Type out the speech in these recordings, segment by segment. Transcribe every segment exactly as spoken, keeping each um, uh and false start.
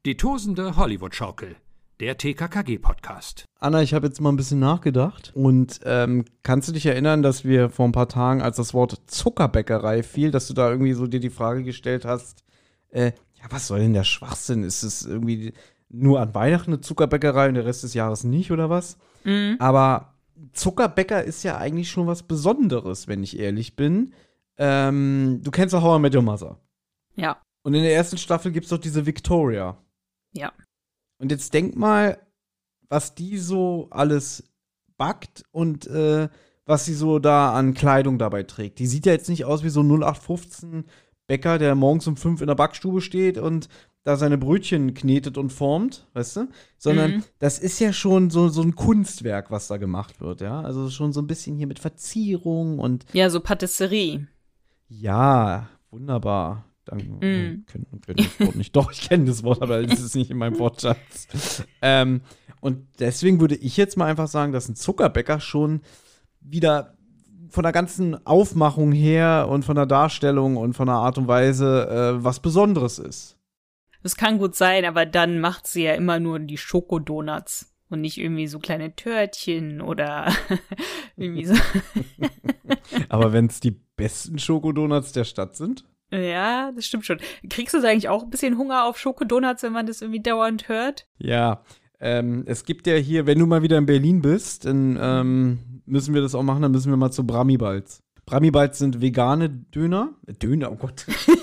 Die tosende Hollywood-Schaukel, der T K K G-Podcast. Anna, ich habe jetzt mal ein bisschen nachgedacht und ähm, kannst du dich erinnern, dass wir vor ein paar Tagen, als das Wort Zuckerbäckerei fiel, dass du da irgendwie so dir die Frage gestellt hast, äh, ja, was soll denn der Schwachsinn? Ist es irgendwie nur an Weihnachten eine Zuckerbäckerei und der Rest des Jahres nicht oder was? Mhm. Aber Zuckerbäcker ist ja eigentlich schon was Besonderes, wenn ich ehrlich bin. Ähm, du kennst doch How I Met Your Mother. Ja. Und in der ersten Staffel gibt's doch diese Victoria. Ja. Und jetzt denk mal, was die so alles backt und äh, was sie so da an Kleidung dabei trägt. Die sieht ja jetzt nicht aus wie so ein null acht fünfzehn Bäcker, der morgens um fünf in der Backstube steht und da seine Brötchen knetet und formt, weißt du? Sondern Mhm. das ist ja schon so, so ein Kunstwerk, was da gemacht wird, ja? Also schon so ein bisschen hier mit Verzierung und Ja, so Patisserie. ja, wunderbar. Danke. Mm. Ich kenne kenn das Wort nicht. Doch, ich kenne das Wort, aber es ist nicht in meinem Wortschatz. ähm, und deswegen würde ich jetzt mal einfach sagen, dass ein Zuckerbäcker schon wieder von der ganzen Aufmachung her und von der Darstellung und von der Art und Weise äh, was Besonderes ist. Das kann gut sein, aber dann macht sie ja immer nur die Schokodonuts und nicht irgendwie so kleine Törtchen oder irgendwie so. Aber wenn es die besten Schokodonuts der Stadt sind? Ja, das stimmt schon. Kriegst du da eigentlich auch ein bisschen Hunger auf Schokodonuts, wenn man das irgendwie dauernd hört? Ja, ähm, es gibt ja hier, wenn du mal wieder in Berlin bist, dann ähm, müssen wir das auch machen, dann müssen wir mal zu Bramibalz. Bramibalz sind vegane Döner. Äh, Döner, oh Gott.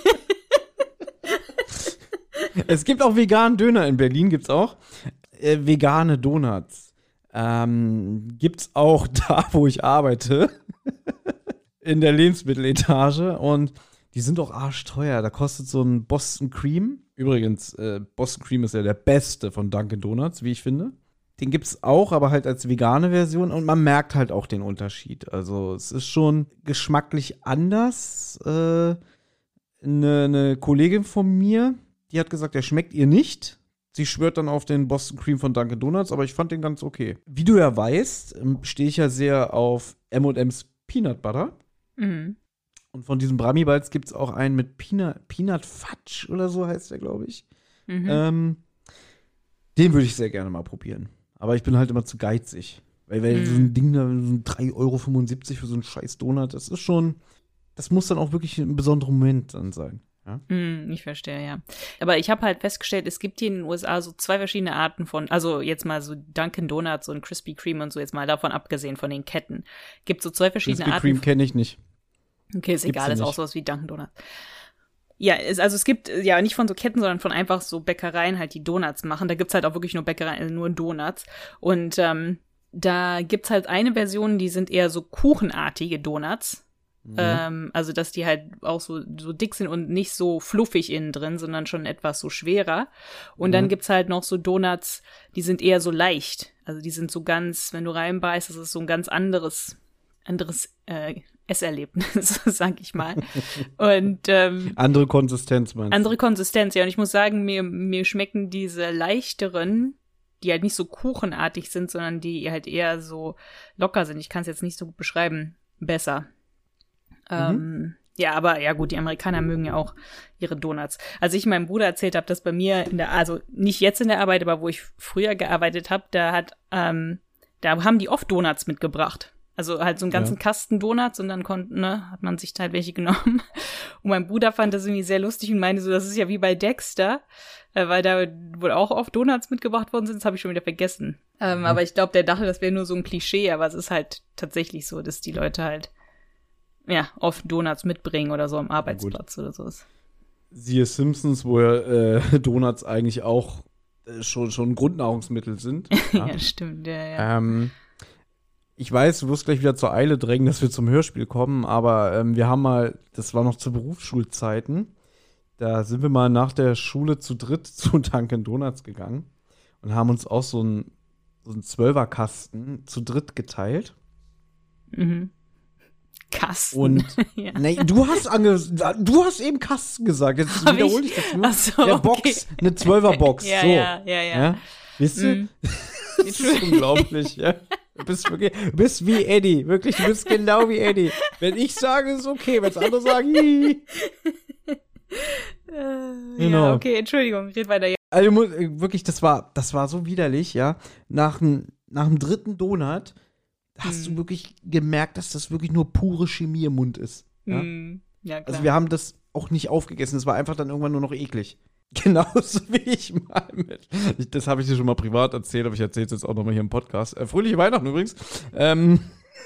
Es gibt auch veganen Döner in Berlin, gibt's auch. Äh, vegane Donuts. Ähm, gibt's auch da, wo ich arbeite. In der Lebensmitteletage. Und die sind auch arschteuer. Da kostet so ein Boston Cream. Übrigens, äh, Boston Cream ist ja der beste von Dunkin' Donuts, wie ich finde. Den gibt's auch, aber halt als vegane Version. Und man merkt halt auch den Unterschied. Also es ist schon geschmacklich anders. Eine äh, ne, ne Kollegin von mir, die hat gesagt, der schmeckt ihr nicht. Sie schwört dann auf den Boston Cream von Dunkin' Donuts, aber ich fand den ganz okay. Wie du ja weißt, stehe ich ja sehr auf M und M's Peanut Butter. Mhm. Und von diesem Bramibalz gibt es auch einen mit Peanut, Peanut Fudge oder so heißt der, glaube ich. Mhm. Ähm, den würde ich sehr gerne mal probieren. Aber ich bin halt immer zu geizig. Weil, weil Mhm. so ein Ding da, so ein drei Euro fünfundsiebzig für so einen scheiß Donut, das ist schon, das muss dann auch wirklich ein besonderer Moment dann sein. Ja? Hm, ich verstehe, ja. Aber ich habe halt festgestellt, es gibt hier in den U S A so zwei verschiedene Arten von, also jetzt mal so Dunkin' Donuts und Krispy Kreme und so, jetzt mal davon abgesehen von den Ketten. Gibt so zwei verschiedene Krispy Arten. Kreme kenne ich nicht. Okay, ist Gibt's egal, ja ist auch nicht. sowas wie Dunkin' Donuts. Ja, es, also es gibt äh, ja nicht von so Ketten, sondern von einfach so Bäckereien halt, die Donuts machen. Da gibt's halt auch wirklich nur Bäckereien, also nur Donuts. Und ähm, da gibt's halt eine Version, die sind eher so kuchenartige Donuts. Ähm, also, dass die halt auch so, so dick sind und nicht so fluffig innen drin, sondern schon etwas so schwerer. Und dann Mhm. gibt's halt noch so Donuts, die sind eher so leicht. Also, die sind so ganz, wenn du reinbeißt, das ist so ein ganz anderes, anderes äh, Esserlebnis, sag ich mal. Und ähm, Andere Konsistenz meinst du? andere Konsistenz, ja. Und ich muss sagen, mir, mir schmecken diese leichteren, die halt nicht so kuchenartig sind, sondern die halt eher so locker sind. Ich kann es jetzt nicht so gut beschreiben. Besser. Ähm, ja, aber ja gut, die Amerikaner mögen ja auch ihre Donuts. Als ich meinem Bruder erzählt habe, dass bei mir in der, also nicht jetzt in der Arbeit, aber wo ich früher gearbeitet habe, da hat, ähm, da haben die oft Donuts mitgebracht. Also halt so einen ganzen Ja. Kasten Donuts und dann konnten, ne, hat man sich halt welche genommen. Und mein Bruder fand das irgendwie sehr lustig und meinte so, das ist ja wie bei Dexter, äh, weil da wohl auch oft Donuts mitgebracht worden sind, das habe ich schon wieder vergessen. Ähm, Mhm. Aber ich glaube, der dachte, das wäre nur so ein Klischee, aber es ist halt tatsächlich so, dass die Leute halt ja, oft Donuts mitbringen oder so am Arbeitsplatz oder sowas. Siehe Simpsons, wo ja äh, Donuts eigentlich auch äh, schon, schon Grundnahrungsmittel sind. Ja, Ja. stimmt, ja, ja. ähm, ich weiß, du wirst gleich wieder zur Eile drängen, dass wir zum Hörspiel kommen, aber ähm, wir haben mal, das war noch zu Berufsschulzeiten, da sind wir mal nach der Schule zu dritt zu Dunkin' Donuts gegangen und haben uns auch so einen so einen Zwölferkasten zu dritt geteilt. Mhm. Kasten. Und ja. nee, du hast ange du hast eben Kasten gesagt. Jetzt Hab wiederhole ich? ich das nur. Ach so, Der Box, okay. eine Zwölferbox. Ja, so. ja, ja, ja. Ja? Wisst ihr? Mhm. Das ist unglaublich, ja. Du bist wirklich, du bist wie Eddie. Wirklich, du bist genau wie Eddie. Wenn ich sage, ist okay. Wenn andere sagen, hihi. Äh, Genau. Ja, okay, Entschuldigung, red weiter. Also wirklich, das war, das war so widerlich, ja. Nach dem, nach dem dritten Donut hast hm. du wirklich gemerkt, dass das wirklich nur pure Chemie im Mund ist. Ja, hm. ja klar. Also wir haben das auch nicht aufgegessen, es war einfach dann irgendwann nur noch eklig. Genauso wie ich mal mit. Ich, das habe ich dir schon mal privat erzählt, aber ich erzähle es jetzt auch nochmal hier im Podcast. Äh, fröhliche Weihnachten übrigens. Ähm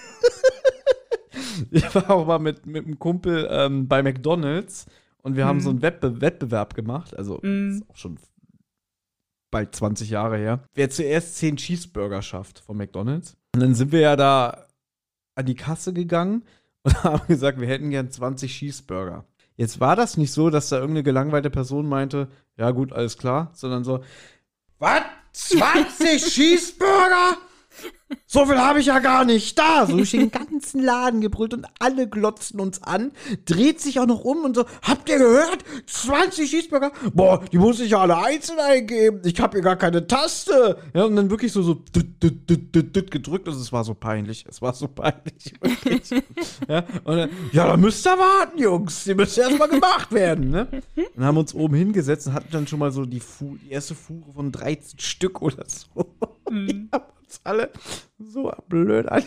ich war auch mal mit, mit einem Kumpel ähm, bei McDonald's und wir hm. haben so einen Wettbe- Wettbewerb gemacht. Also, hm. das ist auch schon bald zwanzig Jahre her. Wer zuerst zehn Cheeseburger schafft von McDonald's. Und dann sind wir ja da an die Kasse gegangen und haben gesagt, wir hätten gern zwanzig Cheeseburger. Jetzt war das nicht so, dass da irgendeine gelangweilte Person meinte, ja gut, alles klar, sondern so, was? zwanzig Cheeseburger? So viel habe ich ja gar nicht da. So durch den ganzen Laden gebrüllt und alle glotzen uns an, dreht sich auch noch um und so, habt ihr gehört? zwanzig Cheeseburger? Boah, die muss ich ja alle einzeln eingeben. Ich habe hier gar keine Taste. Ja, und dann wirklich so, so düt, düt, düt, düt, düt gedrückt und es war so peinlich. Es war so peinlich. ja, und dann, ja, da müsst ihr warten, Jungs. Die müssen erstmal gemacht werden. Ne? Und haben uns oben hingesetzt und hatten dann schon mal so die, Fu- die erste Fuhre von dreizehn Stück oder so. Mhm. Die haben uns alle so blöd an.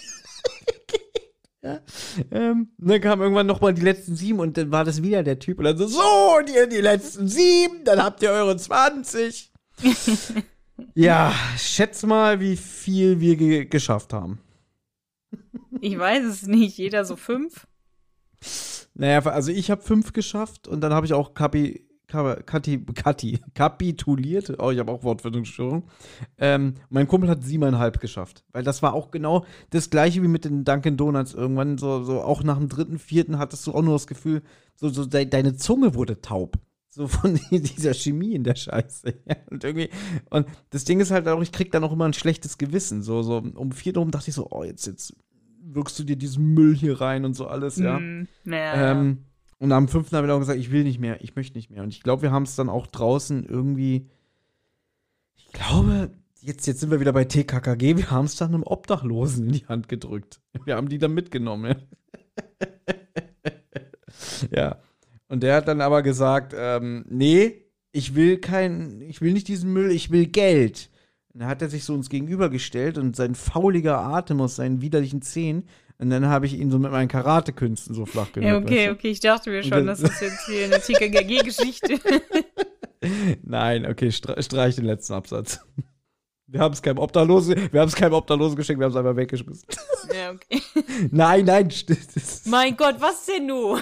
ja. ähm, dann kamen irgendwann noch mal die letzten sieben und dann war das wieder der Typ und dann so, so, und ihr die letzten sieben, dann habt ihr eure zwanzig. ja, schätz mal, wie viel wir ge- geschafft haben. Ich weiß es nicht, jeder so fünf? Naja, also ich habe fünf geschafft und dann habe ich auch Kapi Kati, Kati, kapituliert. Oh, ich habe auch Wortfindungsstörung. Ähm, mein Kumpel hat siebeneinhalb geschafft. Weil das war auch genau das Gleiche wie mit den Dunkin' Donuts irgendwann. So, so auch nach dem dritten, vierten hattest du auch nur das Gefühl, so, so de- deine Zunge wurde taub. So von dieser Chemie in der Scheiße. Ja, und irgendwie, und das Ding ist halt auch, ich krieg dann auch immer ein schlechtes Gewissen. So, so um vier rum dachte ich so, oh, jetzt, jetzt wirkst du dir diesen Müll hier rein und so alles, ja. Mm, ja. Ähm, Und am fünften haben wir auch gesagt, ich will nicht mehr, ich möchte nicht mehr. Und ich glaube, wir haben es dann auch draußen irgendwie, ich glaube, jetzt, jetzt sind wir wieder bei T K K G, wir haben es dann einem Obdachlosen in die Hand gedrückt. Wir haben die dann mitgenommen, ja. ja. Und der hat dann aber gesagt, ähm, nee, ich will kein, ich will nicht diesen Müll, ich will Geld. Und dann hat er sich so uns gegenübergestellt und sein fauliger Atem aus seinen widerlichen Zähnen. Und dann habe ich ihn so mit meinen Karatekünsten so flach gelegt. Ja, okay, weißt du? okay, ich dachte mir schon, das, das ist jetzt hier eine T K K G-Geschichte. Nein, okay, stre- streich den letzten Absatz. Wir haben es keinem Obdachlosen, wir haben es keinem Obdachlosen geschenkt, wir haben es einfach weggeschmissen. Ja, okay. Nein, nein, st- Mein Gott, was denn nun?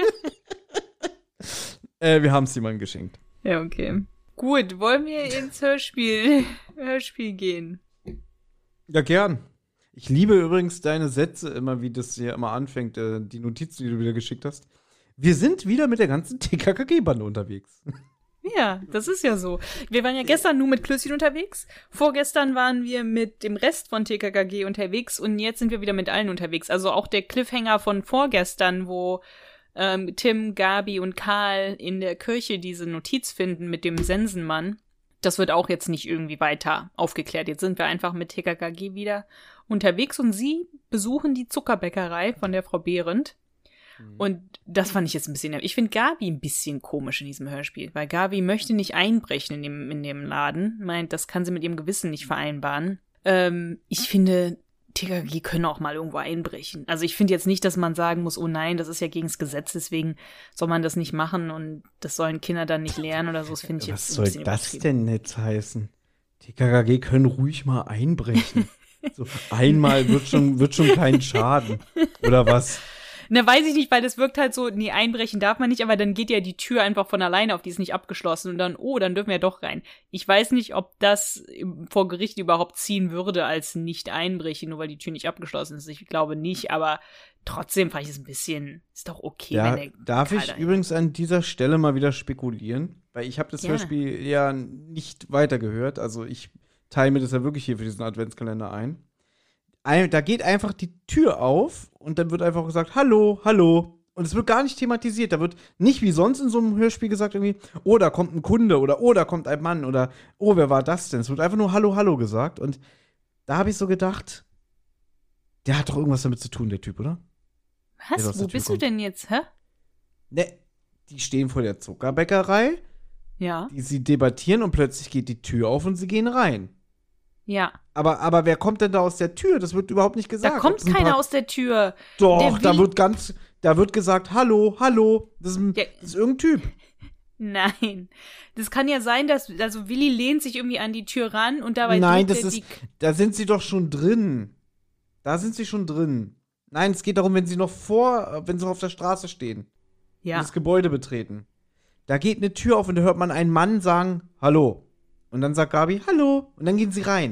äh, wir haben es jemandem geschenkt. Ja, okay. Gut, wollen wir ins Hörspiel, Hörspiel gehen? Ja, gern. Ich liebe übrigens deine Sätze immer, wie das hier immer anfängt, äh, die Notizen, die du wieder geschickt hast. Wir sind wieder mit der ganzen T K K G-Bande unterwegs. Ja, das ist ja so. Wir waren ja gestern nur mit Klößchen unterwegs. Vorgestern waren wir mit dem Rest von T K K G unterwegs und jetzt sind wir wieder mit allen unterwegs. Also auch der Cliffhanger von vorgestern, wo ähm, Tim, Gabi und Karl in der Kirche diese Notiz finden mit dem Sensenmann. Das wird auch jetzt nicht irgendwie weiter aufgeklärt. Jetzt sind wir einfach mit T K K G wieder unterwegs und sie besuchen die Zuckerbäckerei von der Frau Behrendt. Mhm. Und das fand ich jetzt ein bisschen, ich finde Gabi ein bisschen komisch in diesem Hörspiel, weil Gabi möchte nicht einbrechen in dem, in dem Laden, meint, das kann sie mit ihrem Gewissen nicht vereinbaren. Ähm, ich finde, T K K G können auch mal irgendwo einbrechen. Also ich finde jetzt nicht, dass man sagen muss, oh nein, das ist ja gegen das Gesetz, deswegen soll man das nicht machen und das sollen Kinder dann nicht lernen oder so. Das finde ich Was jetzt soll ein bisschen das übertrieben. denn jetzt heißen? T K K G können ruhig mal einbrechen. So, einmal wird schon, wird schon kein Schaden. Oder was? Na, weiß ich nicht, weil das wirkt halt so, nee, einbrechen darf man nicht, aber dann geht ja die Tür einfach von alleine auf, die ist nicht abgeschlossen und dann, oh, dann dürfen wir doch rein. Ich weiß nicht, ob das vor Gericht überhaupt ziehen würde als nicht einbrechen, nur weil die Tür nicht abgeschlossen ist. Ich glaube nicht, aber trotzdem fand ich es ein bisschen, ist doch okay, Ja, wenn der darf Karl ich da- übrigens an dieser Stelle mal wieder spekulieren? Weil ich habe das Gerne. Hörspiel ja nicht weitergehört. Also ich teile mir das ja wirklich hier für diesen Adventskalender ein. Ein, da geht einfach die Tür auf und dann wird einfach gesagt, hallo, hallo. Und es wird gar nicht thematisiert. Da wird nicht wie sonst in so einem Hörspiel gesagt irgendwie, oh, da kommt ein Kunde oder oh, da kommt ein Mann oder oh, wer war das denn? Es wird einfach nur hallo, hallo gesagt. Und da habe ich so gedacht, der hat doch irgendwas damit zu tun, der Typ, oder? Ja, Was? aus Wo der Tür bist du kommt. denn jetzt, hä? Ne, die stehen vor der Zuckerbäckerei. Ja. Die, sie debattieren und plötzlich geht die Tür auf und sie gehen rein. Ja. Aber, aber wer kommt denn da aus der Tür? Das wird überhaupt nicht gesagt. Da kommt keiner aus der Tür. Doch, da wird ganz, da wird gesagt, hallo, hallo, das ist, ein, der, das ist irgendein Typ. Nein. Das kann ja sein, dass, also Willi lehnt sich irgendwie an die Tür ran und dabei Nein, das er ist, die da sind sie doch schon drin. Da sind sie schon drin. Nein, es geht darum, wenn sie noch vor, wenn sie noch auf der Straße stehen. Ja. Und das Gebäude betreten. Da geht eine Tür auf und da hört man einen Mann sagen, hallo. Und dann sagt Gabi, hallo. Und dann gehen sie rein.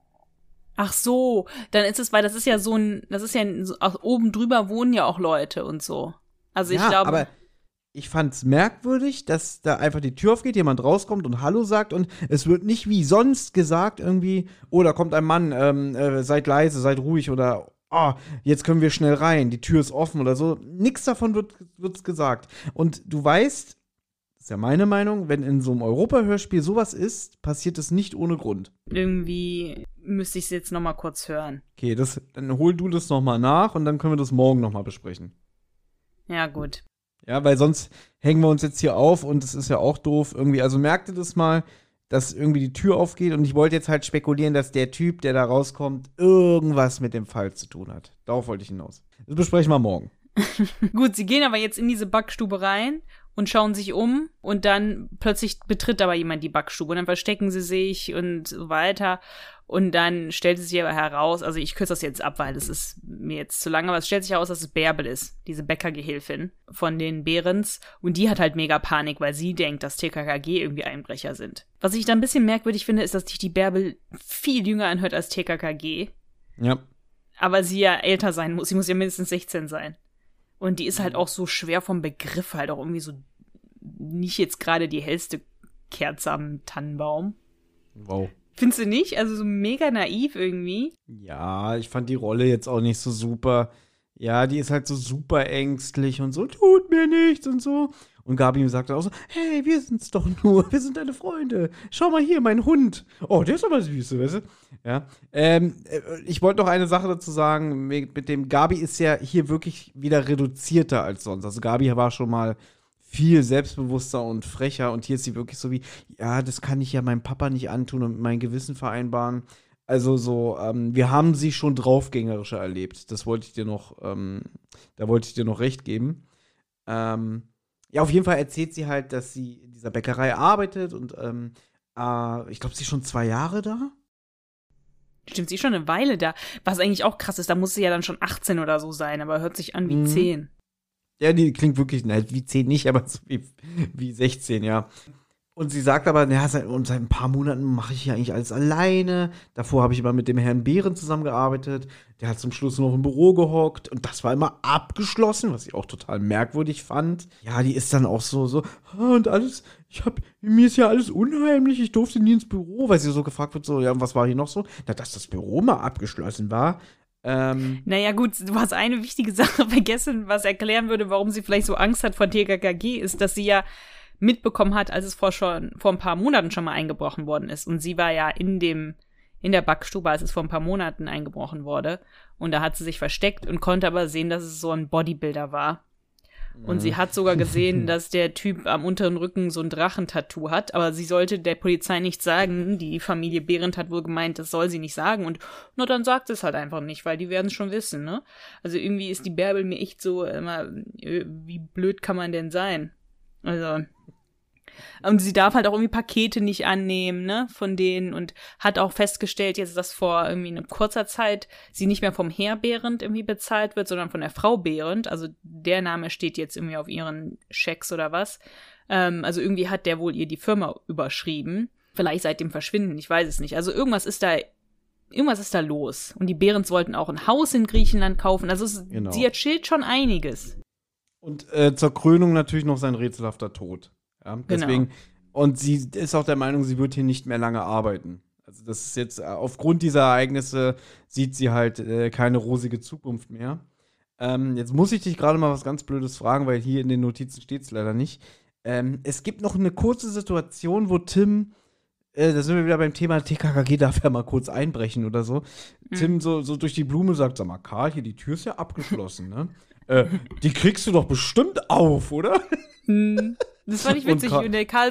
Ach so, dann ist es, weil das ist ja so ein, das ist ja, so, auch oben drüber wohnen ja auch Leute und so. Also ich ja, glaube. aber ich fand's merkwürdig, dass da einfach die Tür aufgeht, jemand rauskommt und Hallo sagt und es wird nicht wie sonst gesagt irgendwie, oh, da kommt ein Mann, ähm, äh, seid leise, seid ruhig oder oh, jetzt können wir schnell rein, die Tür ist offen oder so. Nix davon wird wird's gesagt. Und du weißt, das ist ja meine Meinung, wenn in so einem Europa-Hörspiel sowas ist, passiert es nicht ohne Grund. Irgendwie müsste ich es jetzt noch mal kurz hören. Okay, das, dann hol du das noch mal nach und dann können wir das morgen noch mal besprechen. Ja, gut. Ja, weil sonst hängen wir uns jetzt hier auf und es ist ja auch doof irgendwie. Also merkt ihr das mal, dass irgendwie die Tür aufgeht und ich wollte jetzt halt spekulieren, dass der Typ, der da rauskommt, irgendwas mit dem Fall zu tun hat. Darauf wollte ich hinaus. Das besprechen wir morgen. Gut, sie gehen aber jetzt in diese Backstube rein und schauen sich um und dann plötzlich betritt aber jemand die Backstube und dann verstecken sie sich und so weiter und dann stellt es sich aber heraus, also ich kürze das jetzt ab, weil das ist mir jetzt zu lange, aber es stellt sich heraus, dass es Bärbel ist, diese Bäckergehilfin von den Behrens und die hat halt mega Panik, weil sie denkt, dass T K K G irgendwie Einbrecher sind. Was ich da ein bisschen merkwürdig finde, ist, dass sich die Bärbel viel jünger anhört als T K K G. Ja. Aber sie ja älter sein muss, sie muss ja mindestens sechzehn sein. Und die ist halt auch so schwer vom Begriff, halt auch irgendwie so nicht jetzt gerade die hellste Kerze am Tannenbaum. Wow. Findest du nicht? Also so mega naiv irgendwie. Ja, ich fand die Rolle jetzt auch nicht so super. Ja, die ist halt so super ängstlich und so, tut mir nichts und so. Und Gabi sagt auch so, hey, wir sind's doch nur, wir sind deine Freunde. Schau mal hier, mein Hund. Oh, der ist aber süß, weißt du? Ja, ähm, ich wollte noch eine Sache dazu sagen, mit dem Gabi ist ja hier wirklich wieder reduzierter als sonst. Also Gabi war schon mal viel selbstbewusster und frecher und hier ist sie wirklich so wie, ja, das kann ich ja meinem Papa nicht antun und mit meinem Gewissen vereinbaren. Also so, ähm, wir haben sie schon draufgängerischer erlebt. Das wollte ich dir noch, ähm, da wollte ich dir noch recht geben. Ähm, ja, auf jeden Fall erzählt sie halt, dass sie in dieser Bäckerei arbeitet und ähm, äh, ich glaube, sie ist schon zwei Jahre da. Stimmt, sie ist schon eine Weile da. Was eigentlich auch krass ist, da muss sie ja dann schon achtzehn oder so sein, aber hört sich an wie Mhm. zehn. Ja, die klingt wirklich, nein, wie zehn nicht, aber so wie, wie sechzehn, ja. Und sie sagt aber, ja, seit, und seit ein paar Monaten mache ich ja eigentlich alles alleine. Davor habe ich immer mit dem Herrn Behren zusammengearbeitet. Der hat zum Schluss noch im Büro gehockt. Und das war immer abgeschlossen, was ich auch total merkwürdig fand. Ja, die ist dann auch so, so, ah, und alles, ich hab, mir ist ja alles unheimlich, ich durfte nie ins Büro, weil sie so gefragt wird, so, ja, und was war hier noch so? Na, dass das Büro mal abgeschlossen war. Ähm, Naja, gut, du hast eine wichtige Sache vergessen, was erklären würde, warum sie vielleicht so Angst hat vor T K K G, ist, dass sie ja mitbekommen hat, als es vor schon vor ein paar Monaten schon mal eingebrochen worden ist. Und sie war ja in dem in der Backstube, als es vor ein paar Monaten eingebrochen wurde. Und da hat sie sich versteckt und konnte aber sehen, dass es so ein Bodybuilder war. Und sie hat sogar gesehen, dass der Typ am unteren Rücken so ein Drachentattoo hat, aber sie sollte der Polizei nicht sagen. Die Familie Behrendt hat wohl gemeint, das soll sie nicht sagen. Und nur dann sagt es halt einfach nicht, weil die werden es schon wissen, ne? Also irgendwie ist die Bärbel mir echt so immer, wie blöd kann man denn sein? Also, und sie darf halt auch irgendwie Pakete nicht annehmen, ne, von denen und hat auch festgestellt jetzt, dass vor irgendwie einer kurzer Zeit sie nicht mehr vom Herr Behrendt irgendwie bezahlt wird, sondern von der Frau Behrendt, also der Name steht jetzt irgendwie auf ihren Schecks oder was, ähm, also irgendwie hat der wohl ihr die Firma überschrieben, vielleicht seit dem Verschwinden, ich weiß es nicht, also irgendwas ist da Irgendwas ist da los. Und die Behrens wollten auch ein Haus in Griechenland kaufen. Also es, Genau. sie erzählt schon einiges. Und äh, zur Krönung natürlich noch sein rätselhafter Tod. Ja, deswegen, und sie ist auch der Meinung, sie wird hier nicht mehr lange arbeiten. Also das ist jetzt, äh, aufgrund dieser Ereignisse sieht sie halt äh, keine rosige Zukunft mehr. Ähm, jetzt muss ich dich gerade mal was ganz Blödes fragen, weil hier in den Notizen steht es leider nicht. Ähm, es gibt noch eine kurze Situation, wo Tim, äh, da sind wir wieder beim Thema, T K K G darf ja mal kurz einbrechen oder so. Mhm. Tim so, so durch die Blume sagt, sag mal, Karl, hier, die Tür ist ja abgeschlossen, ne? äh, die kriegst du doch bestimmt auf, oder? Hm. Das fand ich witzig. Und, und der Karl so,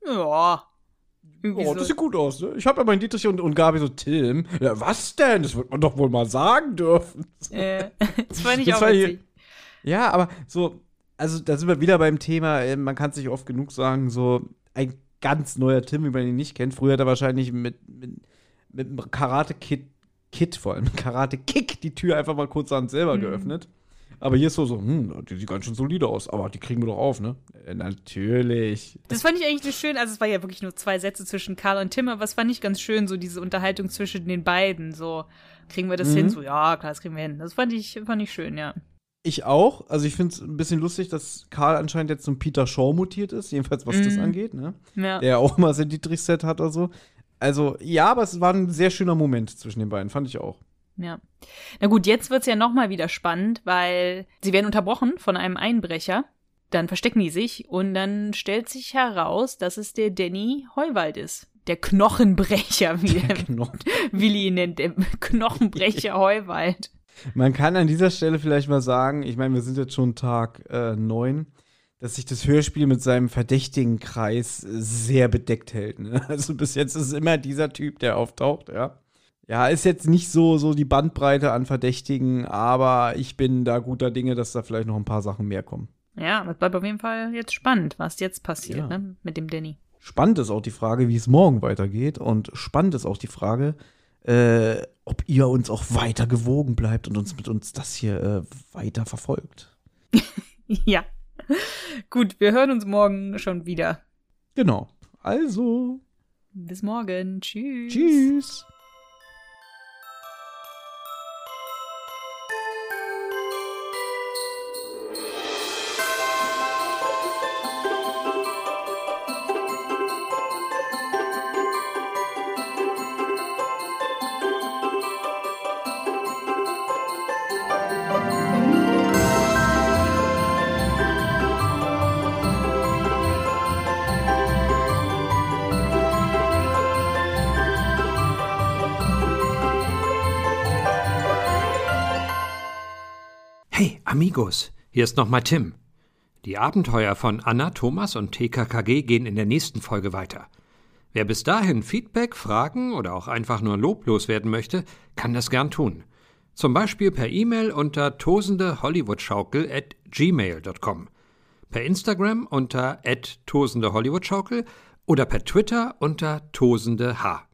Ja. Irgendwie Oh, so. das sieht gut aus, ne? Ich habe ja mein Dietrich und, und Gabi so, Tim, ja, was denn? Das wird man doch wohl mal sagen dürfen. Äh, das fand ich Das auch war witzig. Ja, aber so, also da sind wir wieder beim Thema, äh, man kann es nicht oft genug sagen, so ein ganz neuer Tim, wie man ihn nicht kennt. Früher hat er wahrscheinlich mit, mit, mit einem Karate-Kid, Kid vor allem, Karate-Kick, die Tür einfach mal kurz an selber Mhm. geöffnet. Aber hier ist so, so, hm, die sieht ganz schön solide aus, aber die kriegen wir doch auf, ne? Äh, natürlich. Das fand ich eigentlich nur schön, also es war ja wirklich nur zwei Sätze zwischen Karl und Tim, aber es fand ich ganz schön, so diese Unterhaltung zwischen den beiden, so, kriegen wir das Mhm. hin? So, ja, klar, das kriegen wir hin. Das fand ich, fand ich schön, ja. Ich auch. Also ich finde es ein bisschen lustig, dass Karl anscheinend jetzt zum Peter Shaw mutiert ist, jedenfalls was Mhm. das angeht, ne? Ja. Der ja auch mal sein Dietrich-Set hat oder so. Also, ja, aber es war ein sehr schöner Moment zwischen den beiden, fand ich auch. Ja. Na gut, jetzt wird's ja nochmal wieder spannend, weil sie werden unterbrochen von einem Einbrecher. Dann verstecken die sich und dann stellt sich heraus, dass es der Danny Heuwald ist. Der Knochenbrecher, wie der Knochen. Willi ihn nennt, der Knochenbrecher Heuwald. Man kann an dieser Stelle vielleicht mal sagen, ich meine, wir sind jetzt schon Tag äh, neun, dass sich das Hörspiel mit seinem verdächtigen Kreis sehr bedeckt hält. Ne? Also bis jetzt ist es immer dieser Typ, der auftaucht, ja. Ja, ist jetzt nicht so, so die Bandbreite an Verdächtigen, aber ich bin da guter Dinge, dass da vielleicht noch ein paar Sachen mehr kommen. Ja, das bleibt auf jeden Fall jetzt spannend, was jetzt passiert, Ja. ne, mit dem Danny. Spannend ist auch die Frage, wie es morgen weitergeht. Und spannend ist auch die Frage, äh, ob ihr uns auch weiter gewogen bleibt und uns mit uns das hier äh, weiter verfolgt. Ja. Gut, wir hören uns morgen schon wieder. Genau. Also, Bis morgen. Tschüss. tschüss. Hey, Amigos, hier ist nochmal Tim. Die Abenteuer von Anna, Thomas und T K K G gehen in der nächsten Folge weiter. Wer bis dahin Feedback, Fragen oder auch einfach nur loblos werden möchte, kann das gern tun. Zum Beispiel per E-Mail unter tosendehollywoodschaukel at gmail dot com, per Instagram unter at tosendehollywoodschaukel oder per Twitter unter tosendeh.